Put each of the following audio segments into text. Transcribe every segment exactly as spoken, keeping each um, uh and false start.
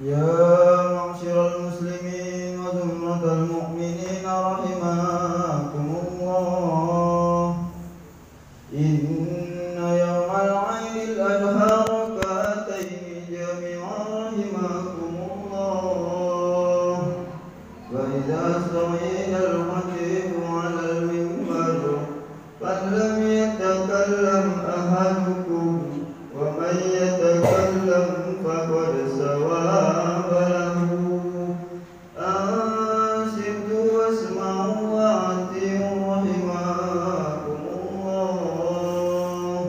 يا معشر المسلمين وزمرة المؤمنين رحمكم الله، إن يوم العيد الأضحى ركعتين جميعا رحمكم الله. وإذا صعد الخطيب على المنبر فلم يتكلم أحدكم ومن يتكلم فقد ثواب له. أنصتوا واسمعوا وأطيعوا رحمكم الله.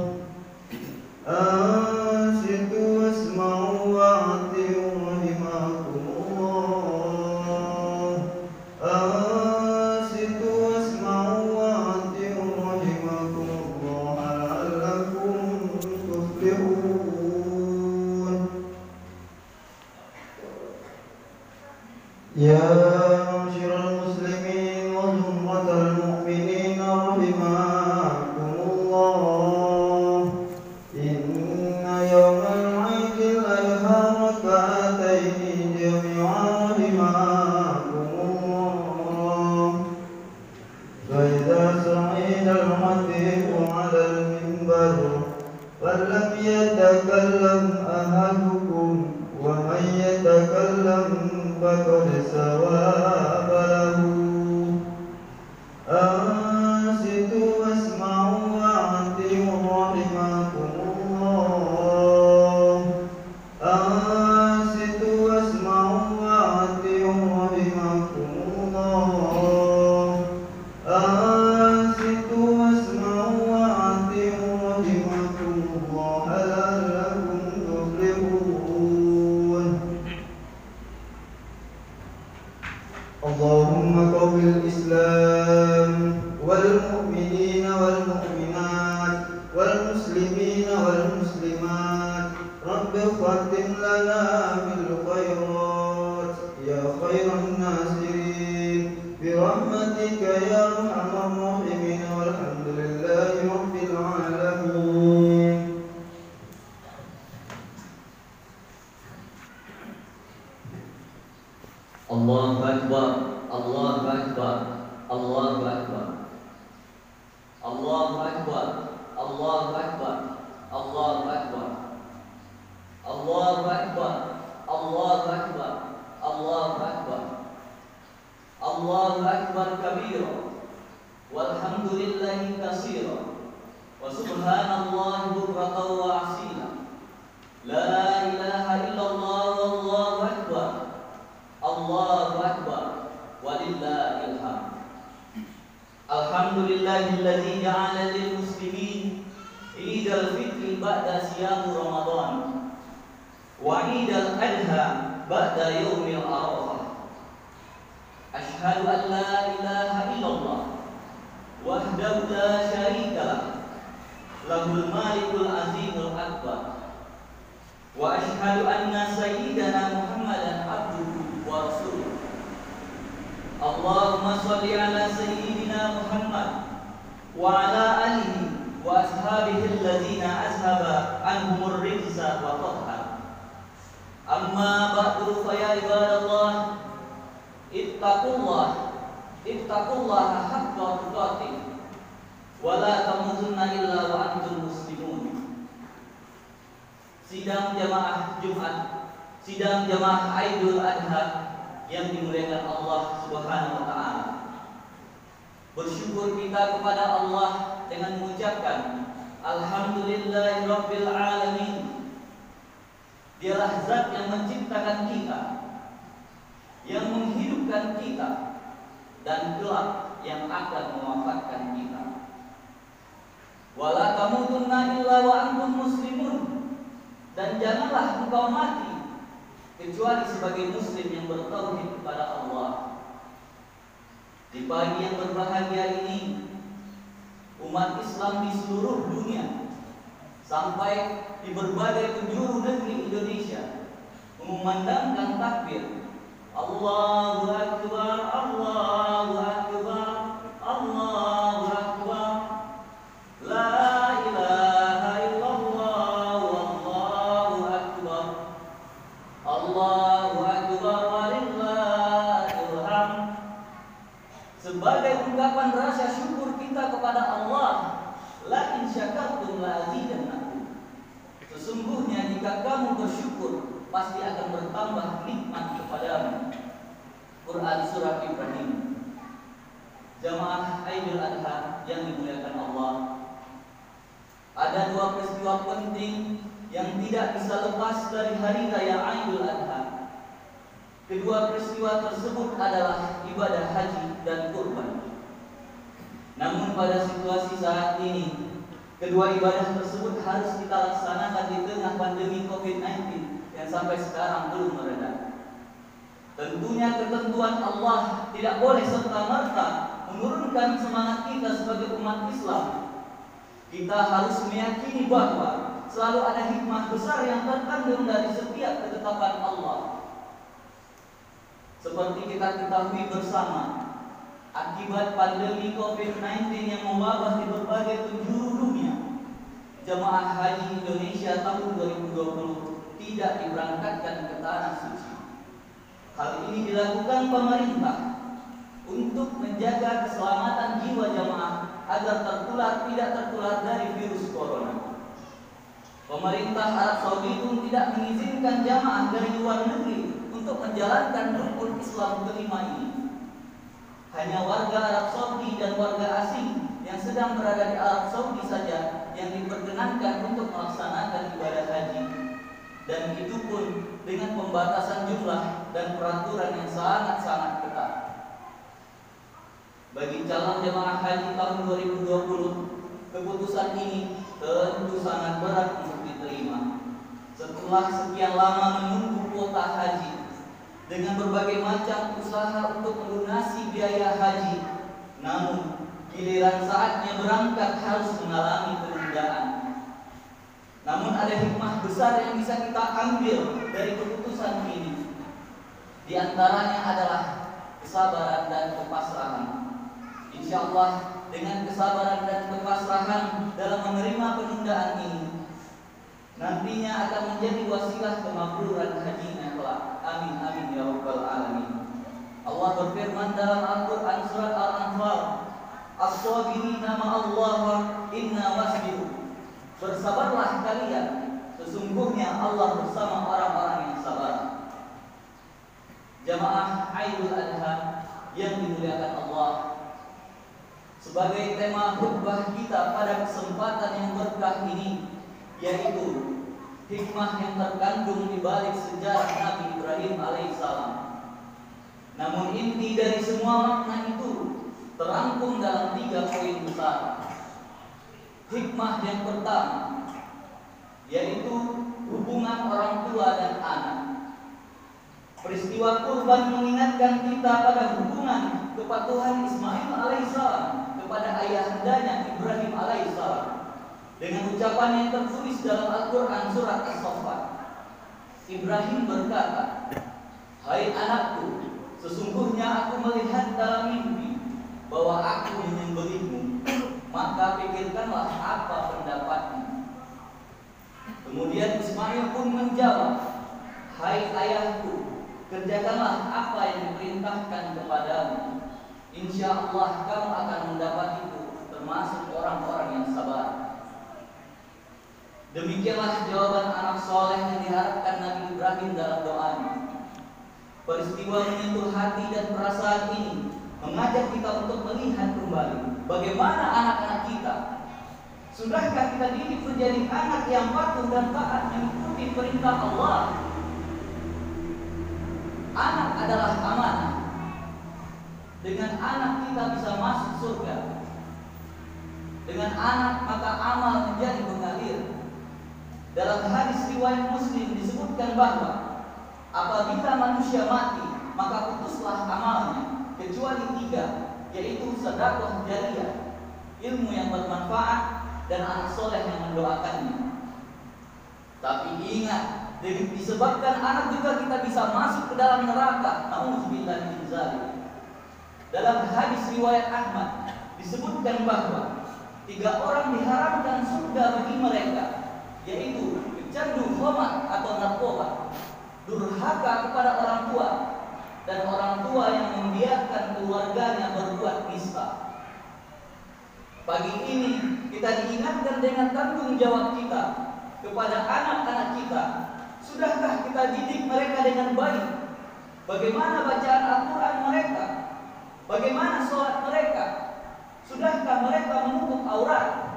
أنصتوا واسمعوا وأطيعوا رحمكم الله. أنصتوا واسمعوا وأطيعوا رحمكم الله لعلكم تفلحون. يا معشر المسلمين وزمرة المؤمنين رحمكم الله، إن يوم العيد الأضحى ركعتين جميعا رحمكم الله. فإذا صعد الخطيب على المنبر فلم يتكلم أحدكم ومن يتكلم فقد ثواب له. أنصتوا واسمعوا وأطيعوا رحمكم الله. أنصتوا واسمعوا وأطيعوا رحمكم الله. أنصتوا واسمعوا وأطيعوا رحمكم الله لعلكم تفلحون. اللهم قوي الإسلام والمؤمنين والمؤمنات والمسلمين والمسلمات. رب ختم لنا بالخيرات يا خير الناصرين برحمتك يا أرحم الراحمين، والحمد لله رب العالمين. Allahu Akbar, Allahu Akbar, Allahu Akbar. Allahu Akbar, Allahu Akbar, Allahu Akbar. Allahu Akbar, Allahu Akbar, Allahu Akbar. Allahu Akbar kabira, walhamdulillahi katsira, wa subhanallahi bukratan wa asila. La ilaha illallah wallahu akbar. Allahu Akbar walillahil hamd. Alhamdulillahilladzi ja'ala lil muslimin Idul Fitri ba'da siyam Ramadan wa Idul Adha ba'da yaumil Arafah. Asyhadu an la ilaha illallah wahdahu la syarika lah, lahul malikul azimul akbar. Wa asyhadu anna sayyidana Muhammadan abduhu wa rasuluh. Allahumma shalli ala sayyidina Muhammad wa ala alihi wa ashabihi alladzina azhaba anhumur rijsa wa tahhar. Amma ba'du fa ya ibadallah, ittaqullah ittaqullaha haqqa tuqatih wa la tamutunna illa wa antum muslimun. Sidang jamaah Jumat, sidang jamaah Idul Adha yang dimuliakan Allah Subhanahu wa taala. Bersyukur kita kepada Allah dengan mengucapkan alhamdulillahirabbil alamin. Dialah zat yang menciptakan kita, yang menghidupkan kita, dan kelak yang akan mewafatkan kita. Wala tamutunna illa wa antum muslimun. Dan janganlah engkau mati kecuali sebagai muslim yang bertauhid kepada Allah. Di pagi yang berbahagia ini, umat Islam di seluruh dunia sampai di berbagai penjuru negeri Indonesia mengumandangkan takbir Allahu Akbar, Allahu Akbar, Allahu Akbar. La ilaha illallah wallahu akbar. Allahu sebagai ungkapan rasa syukur kita kepada Allah. La in syakartum la azidannakum. Sesungguhnya jika kamu bersyukur, pasti akan bertambah nikmat kepadamu. Quran Surah Ibrahim. Jamaah Idul Adha yang dimuliakan Allah, ada dua peristiwa penting yang tidak bisa lepas dari hari raya Idul Adha. Kedua peristiwa tersebut adalah ibadah haji dan kurban. Namun pada situasi saat ini, kedua ibadah tersebut harus kita laksanakan di tengah pandemi covid sembilan belas yang sampai sekarang belum mereda. Tentunya ketentuan Allah tidak boleh serta-merta menurunkan semangat kita sebagai umat Islam. Kita harus meyakini bahwa selalu ada hikmah besar yang terkandung dari setiap ketetapan Allah. Seperti kita ketahui bersama, akibat pandemi covid sembilan belas yang mewabah di berbagai penjuru dunia, jemaah haji Indonesia tahun dua ribu dua puluh tidak diberangkatkan ke tanah suci. Hal ini dilakukan pemerintah untuk menjaga keselamatan jiwa jamaah agar tertular tidak tertular dari virus corona. Pemerintah Arab Saudi pun tidak mengizinkan jamaah dari luar negeri untuk menjalankan rukun Islam kelima ini. Hanya warga Arab Saudi dan warga asing yang sedang berada di Arab Saudi saja yang diperkenankan untuk melaksanakan ibadah haji, dan itu pun dengan pembatasan jumlah dan peraturan yang sangat-sangat ketat. Bagi calon jemaah haji tahun dua ribu dua puluh, keputusan ini tentu sangat berat untuk diterima. Setelah sekian lama menunggu kuota haji dengan berbagai macam usaha untuk melunasi biaya haji, namun giliran saatnya berangkat harus mengalami penundaan. Namun ada hikmah besar yang bisa kita ambil dari keputusan ini. Di antaranya adalah kesabaran dan kepasrahan. Insya Allah dengan kesabaran dan kepasrahan dalam menerima penundaan ini, nantinya akan menjadi wasilah kemakburan hajinya kelak. Amin amin ya rabbal alamin. Allah berfirman dalam Al-Quran surat Al-Anfal, as-sabirina ma'allah inna wasbiru. Bersabarlah kalian, sesungguhnya Allah bersama orang-orang yang sabar. Jamaah Idul Adha yang dimuliakan Allah, sebagai tema khutbah kita pada kesempatan yang berkah ini, yaitu hikmah yang terkandung di balik sejarah Nabi Ibrahim alaihissalam. Namun inti dari semua makna itu terangkum dalam tiga poin besar. Hikmah yang pertama, yaitu hubungan orang tua dan anak. Peristiwa kurban mengingatkan kita pada hubungan kepatuhan Ismail alaihissalam kepada ayahandanya Ibrahim alaihissalam. Dengan ucapan yang tertulis dalam Al-Quran surat As-Saffat, Ibrahim berkata, "Hai anakku, sesungguhnya aku melihat dalam mimpi bahwa aku menyembelihmu, maka pikirkanlah apa pendapatmu." Kemudian Ismail pun menjawab, "Hai ayahku, kerjakanlah apa yang diperintahkan kepadamu. Insya Allah kamu akan mendapat itu, termasuk orang-orang yang sabar." Demikianlah jawaban anak soleh yang diharapkan Nabi Ibrahim dalam doanya. Peristiwa menyentuh hati dan perasaan ini mengajak kita untuk melihat kembali bagaimana anak-anak kita. Sudahkah kita didik menjadi anak yang patuh dan taat mengikuti perintah Allah? Anak adalah amanah. Dengan anak kita bisa masuk surga. Dengan anak maka amal menjadi mengalir. Dalam hadis riwayat Muslim disebutkan bahwa apabila manusia mati, maka putuslah amalnya kecuali tiga, yaitu sedekah jariyah, ilmu yang bermanfaat, dan anak soleh yang mendoakannya. Tapi ingat, disebabkan anak juga kita bisa masuk ke dalam neraka. Nauzubillah min dzalik. Dalam hadis riwayat Ahmad disebutkan bahwa tiga orang diharamkan surga bagi mereka, yaitu pecandu khamar atau narkoba, durhaka kepada orang tua, dan orang tua yang membiarkan keluarganya berbuat Pagi ini kita diingatkan dengan tanggung jawab kita kepada anak-anak kita. Sudahkah kita didik mereka dengan baik? Bagaimana bacaan Al-Quran mereka? Bagaimana sholat mereka? Sudahkah mereka menutup aurat?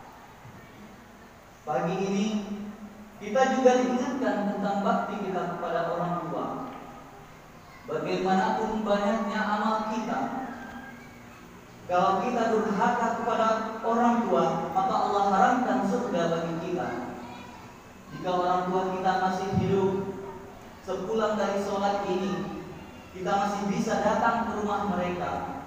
Pagi ini kita juga diingatkan tentang bakti kita kepada orang tua. Bagaimanapun banyaknya amal kita, kalau kita durhaka kepada orang tua, maka Allah haramkan surga bagi kita. Jika orang tua kita masih hidup, sepulang dari sholat ini, kita masih bisa datang ke rumah mereka,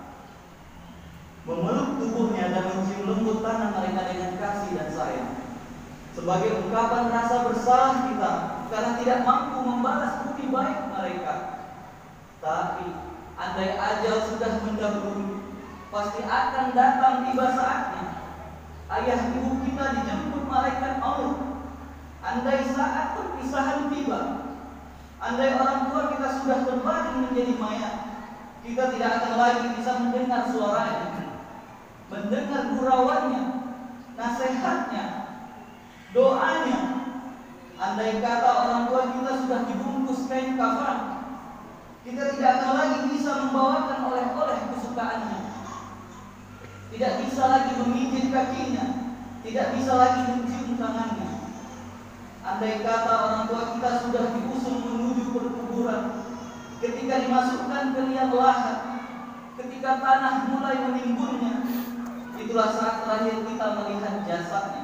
memeluk tubuhnya dan mencium lembut tangan mereka dengan kasih dan sayang, sebagai ungkapan rasa bersalah kita karena tidak mampu membalas budi baik mereka. Tapi andai ajal sudah mendahului, pasti akan datang tiba saatnya ayah ibu kita dijemput malaikat Allah. Andai saat perpisahan tiba, andai orang tua kita sudah terbaring menjadi mayat, kita tidak akan lagi bisa mendengar suaranya, mendengar gurauannya, nasihatnya, doanya. Andai kata orang tua kita sudah dibungkus kain kafan, kita tidak akan lagi bisa membawakan oleh-oleh kesukaannya, tidak bisa lagi memijit kakinya, tidak bisa lagi mencium tangannya. Andai kata orang tua kita sudah diusung menuju perkuburan, ketika dimasukkan ke liang lahat, ketika tanah mulai menimbunnya, itulah saat terakhir kita melihat jasadnya.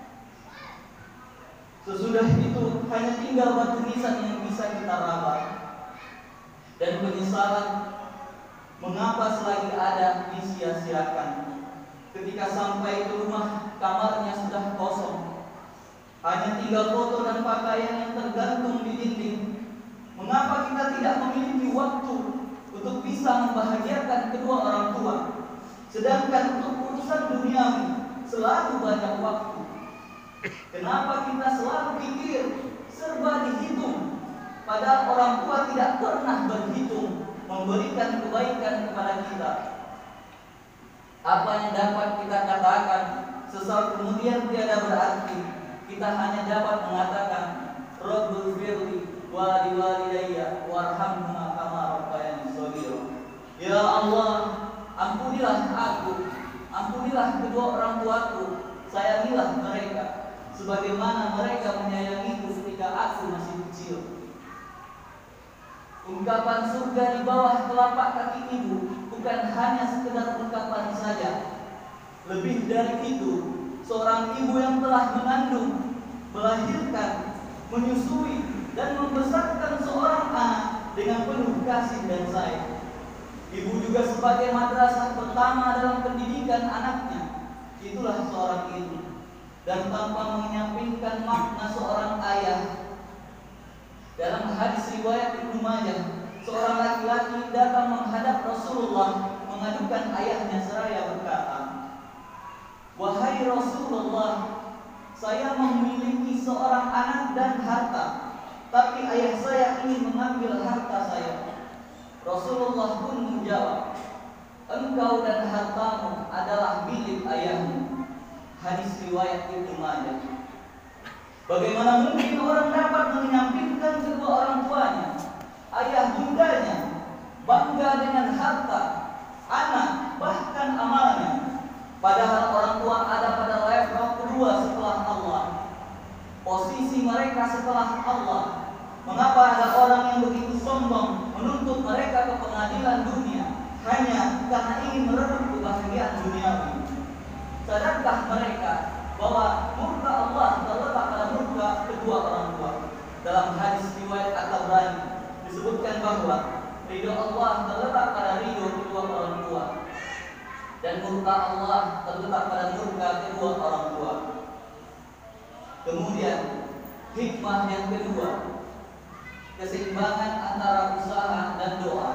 Sesudah itu hanya tinggal batu nisan yang bisa kita raba, dan penyesalan mengapa selagi ada disia-siakan. Ketika sampai ke rumah, kamarnya sudah kosong, hanya tinggal foto dan pakaian yang tergantung di dinding. Mengapa kita tidak memiliki waktu untuk bisa membahagiakan kedua orang tua, sedangkan untuk urusan duniawi selalu banyak waktu? Kenapa kita selalu pikir serba dihitung, padahal orang tua tidak pernah berhitung memberikan kebaikan kepada kita? Apa yang dapat kita katakan sesal kemudian tiada berarti? Kita hanya dapat mengatakan Rabbul firli wa liwalidayya warhamhuma kama rabbayani shaghira. Ya Allah, ampunilah aku, ampunilah kedua orang tuaku, sayangilah mereka sebagaimana mereka menyayangiku ketika aku masih kecil. Ungkapan surga di bawah telapak kaki ibu bukan hanya sekedar ungkapan saja. Lebih dari itu, seorang ibu yang telah mengandung, melahirkan, menyusui, dan membesarkan seorang anak dengan penuh kasih dan sayang. Ibu juga sebagai madrasah pertama dalam pendidikan anaknya. Itulah seorang ibu. Dan tanpa menyampingkan makna seorang ayah, dalam hadis riwayat Ibnu Majah, seorang laki-laki datang menghadap Rasulullah mengadukan ayahnya seraya berkata, "Wahai Rasulullah, saya memiliki seorang anak dan harta, tapi ayah saya ingin mengambil harta saya." Rasulullah pun menjawab, "Engkau dan hartamu adalah milik ayahmu." Hadis riwayat Ibnu Majah. Bagaimana mungkin orang dapat menyampingkan kedua orang tuanya, ayah bundanya, bangga dengan harta, anak, bahkan amalnya, padahal orang tua ada pada level kedua setelah Allah, posisi mereka setelah Allah? Mengapa ada orang yang begitu sombong menuntut mereka ke pengadilan dunia hanya karena ingin merebut kebahagiaan duniawi? Sadarkah mereka bahwa murka Allah terletak pada murka kedua orang tua? Dalam hadis riwayat At-Tabrani disebutkan bahwa ridho Allah terletak pada ridho kedua orang tua, dan murka Allah terletak pada murka kedua orang tua. Kemudian hikmah yang kedua, keseimbangan antara usaha dan doa.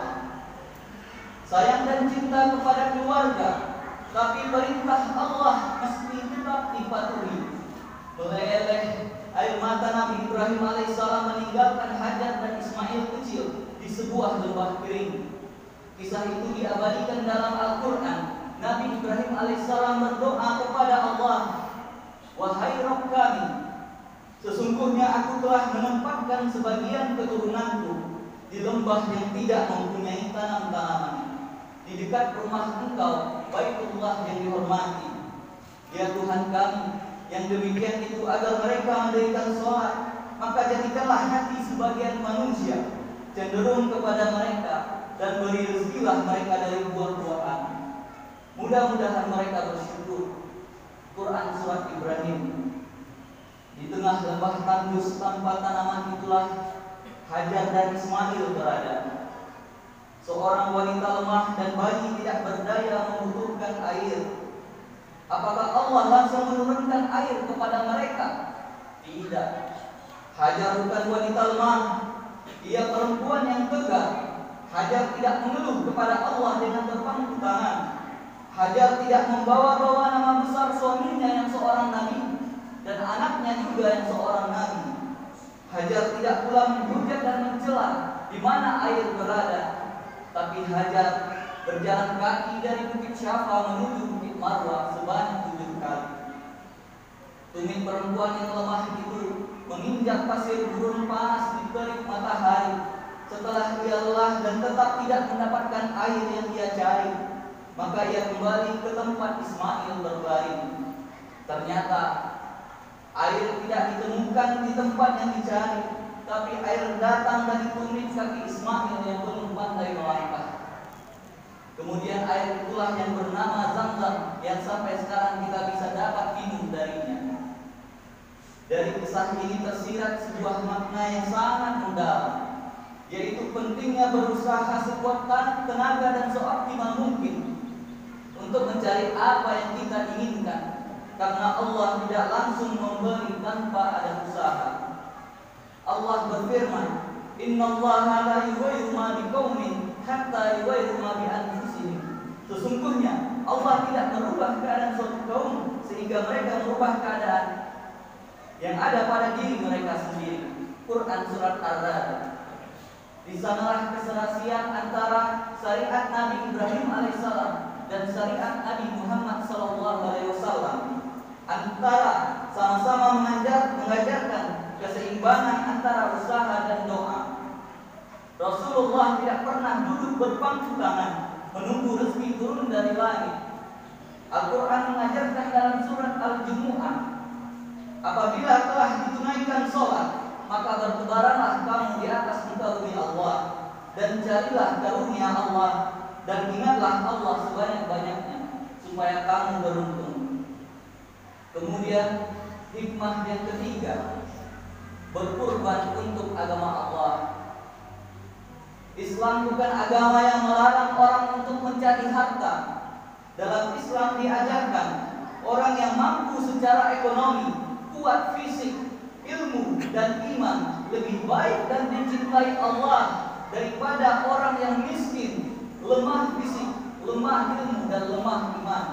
Sayang dan cinta kepada keluarga, tapi perintah Allah mesti tetap dipatuhi. Meleleh air mata Nabi Ibrahim alaihissalam meninggalkan Hajar dan Ismail kecil di sebuah lembah kering. Kisah itu diabadikan dalam Al-Quran. Nabi Ibrahim alaihissalam berdoa Sesungguhnya aku telah menempatkan sebagian keturunanku di lembah yang tidak mempunyai tanam-tanaman, di dekat rumah engkau, Baitullah yang dihormati. Ya Tuhan kami, yang demikian itu agar mereka mendirikan sholat, maka jadikanlah hati sebagian manusia cenderung kepada mereka, dan beri rezekilah mereka dari buah-buahan. Mudah-mudahan mereka bersyukur. Quran Surat Ibrahim. Di tengah lembah tandus tanpa tanaman itulah Hajar dan Ismail berada. Seorang wanita lemah dan bayi tidak berdaya membutuhkan air. Apakah Allah langsung menurunkan air kepada mereka? Tidak. Hajar bukan wanita lemah, ia perempuan yang tegar. Hajar tidak mengeluh kepada Allah dengan berpangku tangan. Hajar tidak membawa-bawa nama besar suaminya yang seorang nabi dan anaknya juga yang seorang nabi. Hajar tidak pula menghujat dan mencela di mana air berada, tapi Hajar berjalan kaki dari Bukit Syafa menuju Bukit Marwah sebanyak tujuh kali. Tumit perempuan yang lemah itu menginjak pasir gurun panas di terik matahari. Setelah ia lelah dan tetap tidak mendapatkan air yang ia cari, maka ia kembali ke tempat Ismail berbaring. Ternyata air tidak ditemukan di tempat yang dicari, tapi air datang dari tumit kaki Ismail yang belum pandai melangkah. Kemudian air itulah yang bernama Zamzam, yang sampai sekarang kita bisa dapat minum darinya. Dari kisah ini tersirat sebuah makna yang sangat mendalam, yaitu pentingnya berusaha sekuat tenaga dan seoptimal mungkin untuk mencari apa yang kita inginkan, karena Allah tidak langsung memberi tanpa ada usaha. Allah berfirman, "Innallaha la yughayyiru ma biqaumin hatta yughayyiru ma bi anfusihim." Sesungguhnya Allah tidak merubah keadaan suatu kaum sehingga mereka merubah keadaan yang ada pada diri mereka sendiri. Quran Surat Ar-Ra'd. Di sanalah keserasian antara syariat Nabi Ibrahim alaihissalam dan syariat Nabi Muhammad sallallahu alaihi wasallam, antara sama-sama mengajar, mengajarkan keseimbangan antara usaha dan doa. Rasulullah tidak pernah duduk berpangku tangan menunggu rezeki turun dari langit. Al-Quran mengajarkan dalam surat Al-Jumu'ah, apabila telah ditunaikan sholat, maka bertebaranlah kamu di atas muka bumi Allah, dan carilah karunia Allah, dan ingatlah Allah sebanyak-banyaknya, supaya kamu beruntung. Kemudian hikmah yang ketiga, berkorban untuk agama Allah. Islam bukan agama yang melarang orang untuk mencari harta. Dalam Islam diajarkan orang yang mampu secara ekonomi, kuat fisik, ilmu dan iman lebih baik dan dicintai Allah daripada orang yang miskin, lemah fisik, lemah ilmu dan lemah iman.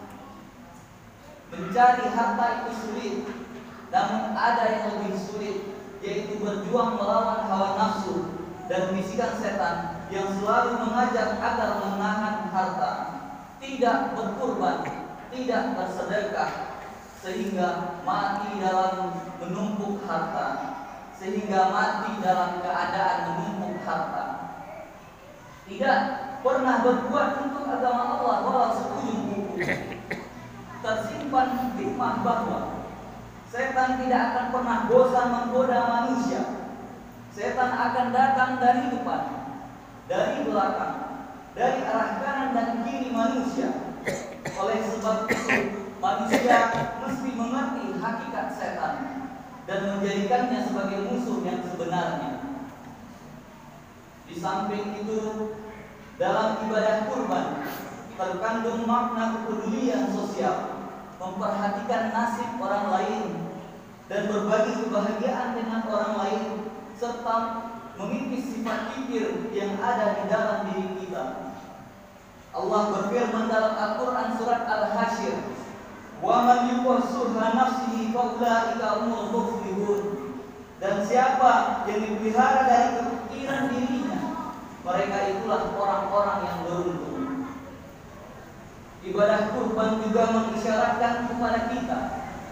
Mencari harta itu sulit, namun ada yang lebih sulit, yaitu berjuang melawan hawa nafsu dan bisikan setan yang selalu mengajak agar menahan harta, tidak berkurban, tidak bersedekah, sehingga mati dalam menumpuk harta, sehingga mati dalam keadaan menumpuk harta. Tidak pernah berbuat untuk agama Allah walau seujung kuku. Tersimpan hikmah bahwa setan tidak akan pernah bosan menggoda manusia. Setan akan datang dari depan, dari belakang, dari arah kanan dan kiri manusia. Oleh sebab itu, manusia mesti mengerti hakikat setan dan menjadikannya sebagai musuh yang sebenarnya. Di samping itu, dalam ibadah kurban terkandung makna kepedulian sosial, memperhatikan nasib orang lain dan berbagi kebahagiaan dengan orang lain, serta mengikis sifat kikir yang ada di dalam diri kita. Allah berfirman dalam Al-Quran Surat Al-Hasyr, "Wa man yuqassirha nafsihi fa ulaika humul muflihun." Dan siapa yang dipelihara dari kepikiran dirinya, mereka itulah orang-orang yang beruntung. Ibadah kurban juga mengisyaratkan kepada kita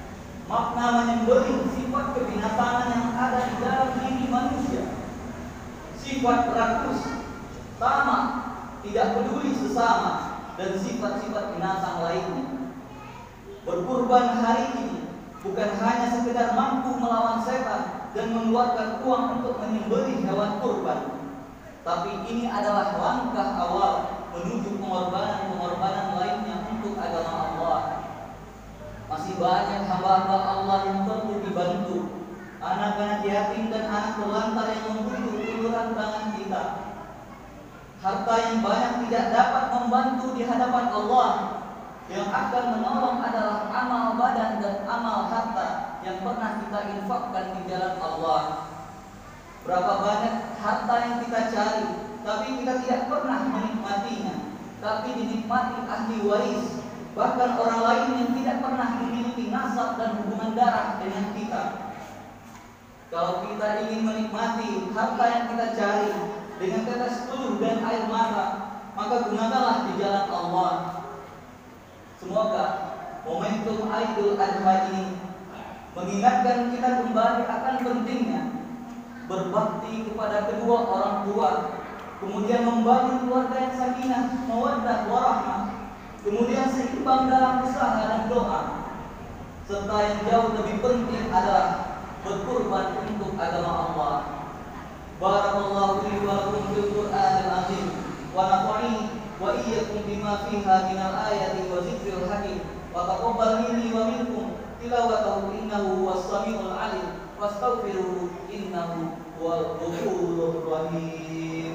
makna menyembelih sifat kebinatangan yang ada di dalam diri manusia. Sifat rakus, tamak, tidak peduli sesama, dan sifat-sifat binatang lainnya. Berkurban hari ini bukan hanya sekedar mampu melawan setan dan mengeluarkan uang untuk menyembelih hewan kurban, tapi ini adalah langkah awal menuju pengorbanan-pengorbanan lainnya untuk agama Allah. Masih banyak hamba-hamba Allah yang perlu dibantu, anak-anak yatim dan anak terlantar yang membutuh uluran tangan kita. Harta yang banyak tidak dapat membantu di hadapan Allah. Yang akan menolong adalah amal badan dan amal harta yang pernah kita infakkan di jalan Allah. Berapa banyak harta yang kita cari, tapi kita tidak pernah menikmatinya, tapi dinikmati ahli waris, bahkan orang lain yang tidak pernah memiliki nasab dan hubungan darah dengan kita. Kalau kita ingin menikmati harta yang kita cari dengan tetes telur dan air mata, maka gunakanlah di jalan Allah. Semoga momentum Idul Adha ini mengingatkan kita kembali akan pentingnya berbakti kepada kedua orang tua, kemudian membangun keluarga yang sakinah, mawaddah, warahmah, kemudian seimbang dalam usaha dan doa, serta yang jauh lebih penting adalah berkurban untuk agama Allah. Barakallahu li wa lakum fil Qur'anil azim wa nafa'ani wa iyyakum bima fiha minal ayati wa zikril hakim wa taqabbal minni wa minkum tilawatahu innahu huwas samiul alim wastaghfiruhu innahu huwal ghafurur rahim.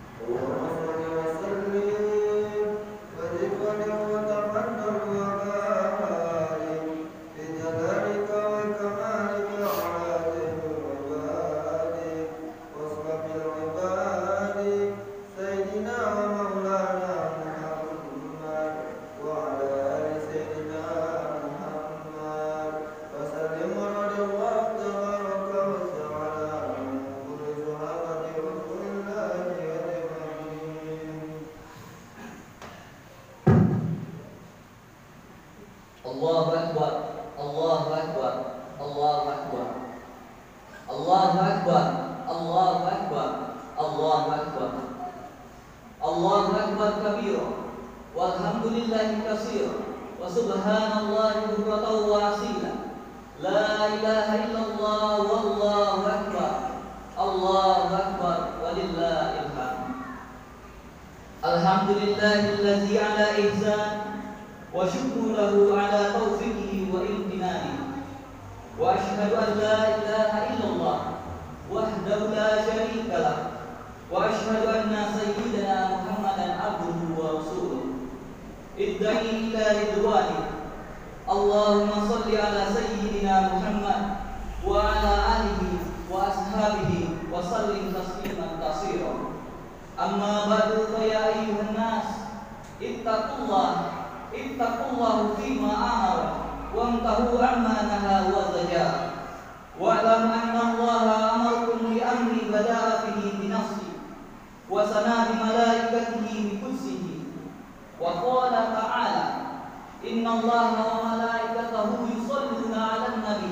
Allahu Akbar, Allahu Akbar, Allahu Akbar, Allahu Akbar, Allahu Akbar, Allahu Akbar, Allahu Akbar kabira, walhamdulillahi katsira, wa subhanallahi bukratan wa asila, la ilaha illallah wallahu akbar, Allahu Akbar walillahil hamd. Alhamdulillahillazi ala ihsan wa syukru lahu ala taufiqihi wa imtinani wa asyhadu an la ilaha illallah wahdahu la syarika lah wa asyhadu anna sayyidana Muhammadan abduhu wa rasuluh idda'i ila ridwani. Allahumma salli ala sayyidina Muhammad wa ala alihi wa ashabihi wa sallim tasliman katsira. Amma ba'du fa ya ayyuhan nas ittaqullah ittaqullahu fima amara wamtahu amma naha wa zajara wa'lam anna Allaha amarakum li amri bada'a fihi bi nafsi wa sana bi malaikatihi bi qudsihi wa qala ta'ala inna Allaha wa malaikatahu yusalluna 'alan nabi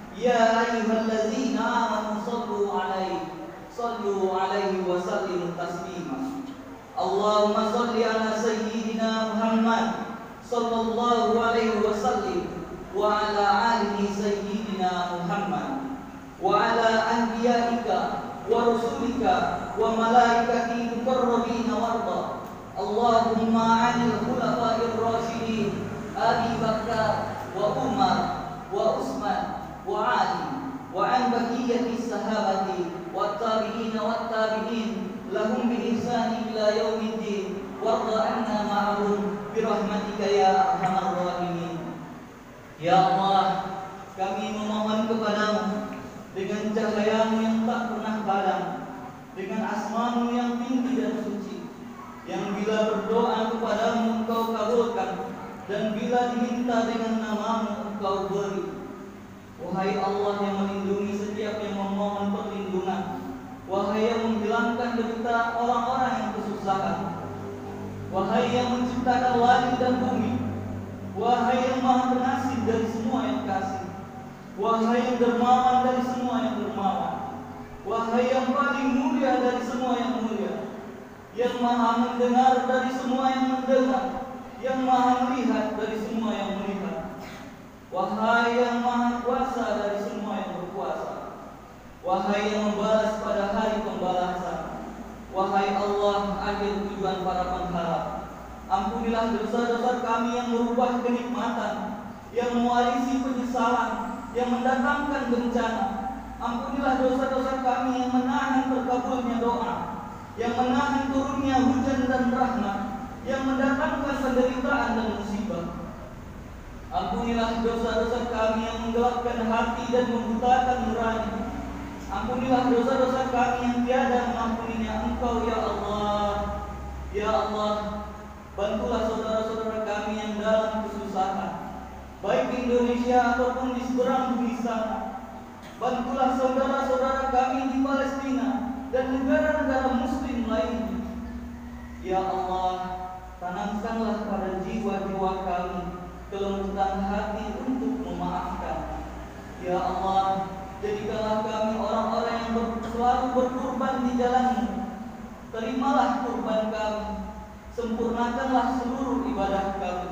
ya ayyuhallazina amanu sallu 'alaihi sallu 'alaihi wa sallimu taslima. Allahumma salli ala sayyidina Muhammad sallallahu alaihi wasallam wa ala alihi sayyidina Muhammad wa ala anbiya'ika wa rusulika wa malaikati mukarrabina warda. Allahumma 'anil khulafa'ir rasyidin Abi Bakar wa Umar wa Utsman wa Ali wa an baqiyati sahabati wa tabi'in wa tabi'in lahum bi ihsani ila yaumiddin warda anna ma'ahum birahmatika ya arhamar rahimin. Ya Allah, kami memohon kepadamu dengan cahayamu yang tak pernah padam, dengan asmamu yang tinggi dan suci, yang bila berdoa kepadamu engkau kabulkan, dan bila diminta dengan namamu engkau beri. Wahai Allah yang melindungi setiap yang memohon perlindungan, wahai yang menghilangkan derita orang-orang yang kesusahan, wahai yang menciptakan langit dan bumi, wahai yang maha pengasih dari semua yang kasih, Wahai yang dermawan dari semua yang dermawan, wahai yang paling mulia dari semua yang mulia, yang maha mendengar dari semua yang mendengar, yang maha melihat dari semua yang melihat. Wahai yang maha kuasa dari semua yang berkuasa, wahai yang membalas pada hari pembalasan, wahai Allah akhir tujuan para pengharap, ampunilah dosa-dosa kami yang merubah kenikmatan, yang mewarisi penyesalan, yang mendatangkan bencana. Ampunilah dosa-dosa kami yang menahan terkabulnya doa, yang menahan turunnya hujan dan rahmat, yang mendatangkan penderitaan dan musibah. Ampunilah dosa-dosa kami yang menggelapkan hati dan membutakan nurani. Ampunilah dosa-dosa kami yang tiada mengampuninya Engkau ya Allah. Ya Allah, bantulah saudara-saudara kami yang dalam kesusahan, baik di Indonesia ataupun di seberang bumi sana. Bantulah saudara-saudara kami di Palestina dan negara-negara muslim lainnya. Ya Allah, tanamkanlah pada jiwa-jiwa kami kelembutan hati untuk memaafkan. Ya Allah, jadikanlah kami orang-orang yang ber, selalu berkurban di jalan-Mu. Terimalah kurban kami, sempurnakanlah seluruh ibadah kami.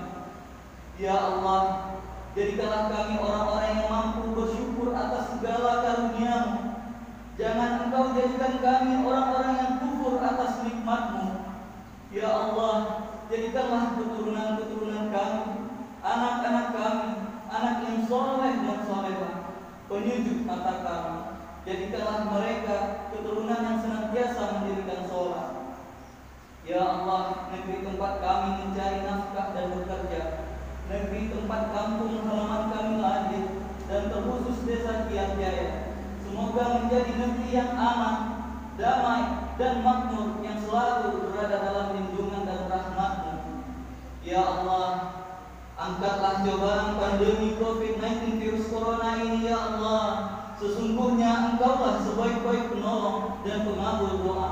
Ya Allah, jadikanlah kami orang-orang yang mampu bersyukur atas segala karunia-Mu. Jangan Engkau jadikan kami orang-orang yang kufur atas nikmat-Mu. Ya Allah, jadikanlah keturunan-keturunan kami, anak-anak kami, anak yang soleh dan solehah, penyujuk mata kami. Jadikanlah mereka keturunan yang senantiasa mendirikan sholat. Ya Allah, negeri tempat kami mencari nafkah dan bekerja, negeri tempat kampung halaman kami lahir, dan terkhusus desa Kiat Jaya, semoga menjadi negeri yang aman, damai, dan makmur yang selalu berada dalam lindungan dan rahmat-Mu. Ya Allah, angkatlah cobaan pandemi covid sembilan belas virus corona ini ya Allah. Sesungguhnya Engkaulah sebaik-baik penolong dan pengabul doa.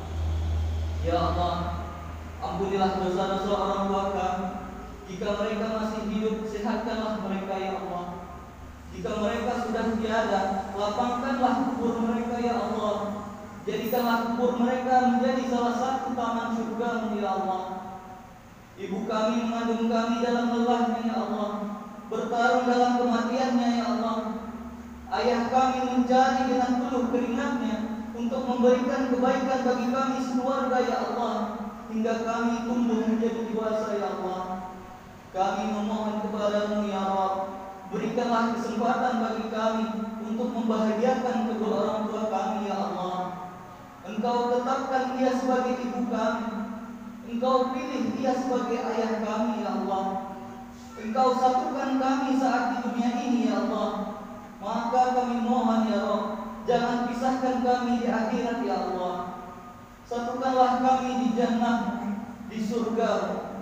Ya Allah, ampunilah dosa-dosa orang tua kami. Jika mereka masih hidup, sehatkanlah mereka ya Allah. Jika mereka sudah tiada, lapangkanlah kubur mereka ya Allah. Jadikanlah kubur mereka menjadi salah satu taman surga-Mu ya Allah. Ibu kami mengandung kami dalam lelahnya ya Allah, bertarung dalam kematiannya ya Allah. Ayah kami mencari dengan peluh keringatnya untuk memberikan kebaikan bagi kami sekeluarga ya Allah, hingga kami tumbuh menjadi dewasa ya Allah. Kami memohon kepada-Mu ya Rabb, berikanlah kesempatan bagi kami untuk membahagiakan kedua orang tua kami ya Allah. Engkau tetapkan ia sebagai ibu kami, Engkau pilih ia sebagai ayah kami ya Allah. Engkau satukan kami saat di dunia ini ya Allah. Maka kami mohon ya Rabb, jangan pisahkan kami di akhirat ya Allah. Satukanlah kami di jannah, di surga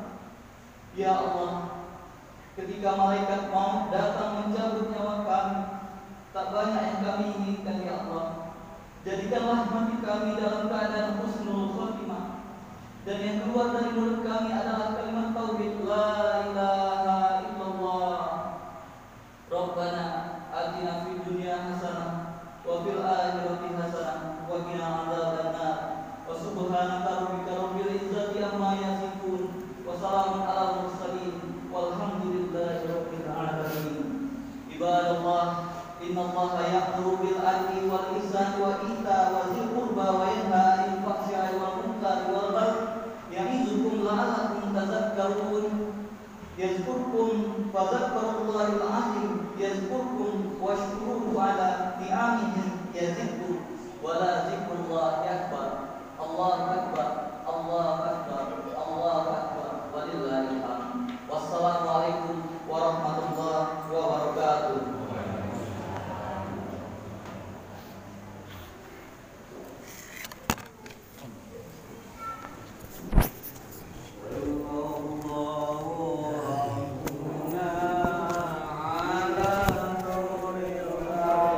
ya Allah. Ketika malaikat maut datang mencabut nyawa kami, tak banyak yang kami inginkan ya Allah. Jadikanlah mati kami dalam keadaan husnul khotimah, dan yang keluar dari mulut kami adalah kalimat tauhid la ilaha illallah. Rabbana atina fid dunya hasanah wa fil akhirati hasanah wa qina adzabannar. Wa subhanaka rabbika rabbil izzati amma yasifun wa salamun alal mursalin walhamdulillahi rabbil alamin. Ibadallah, innallaha ya'muru bil adli wal ihsani wa ita'i wa dzil qurba wa yanha 'anil fahsya'i wal munkari wal baghi ya'izukum la'allakum tadhakkarun. Yazkurkum fadhakkarullahal 'azim yazkurkum washkuruhu 'ala ni'amihi yazidkum wa la dzikrullahi akbar. Allahu akbar, Allahu akbar, Allahu akbar, walillahil hamd. Wassalamualaikum warahmatullahi wabarakatuh.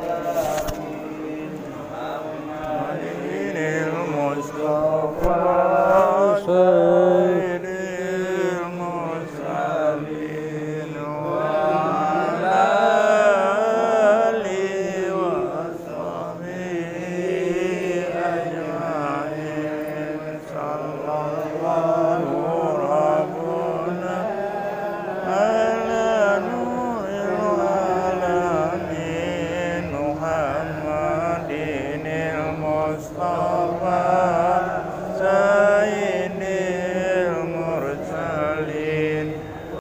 Mustafa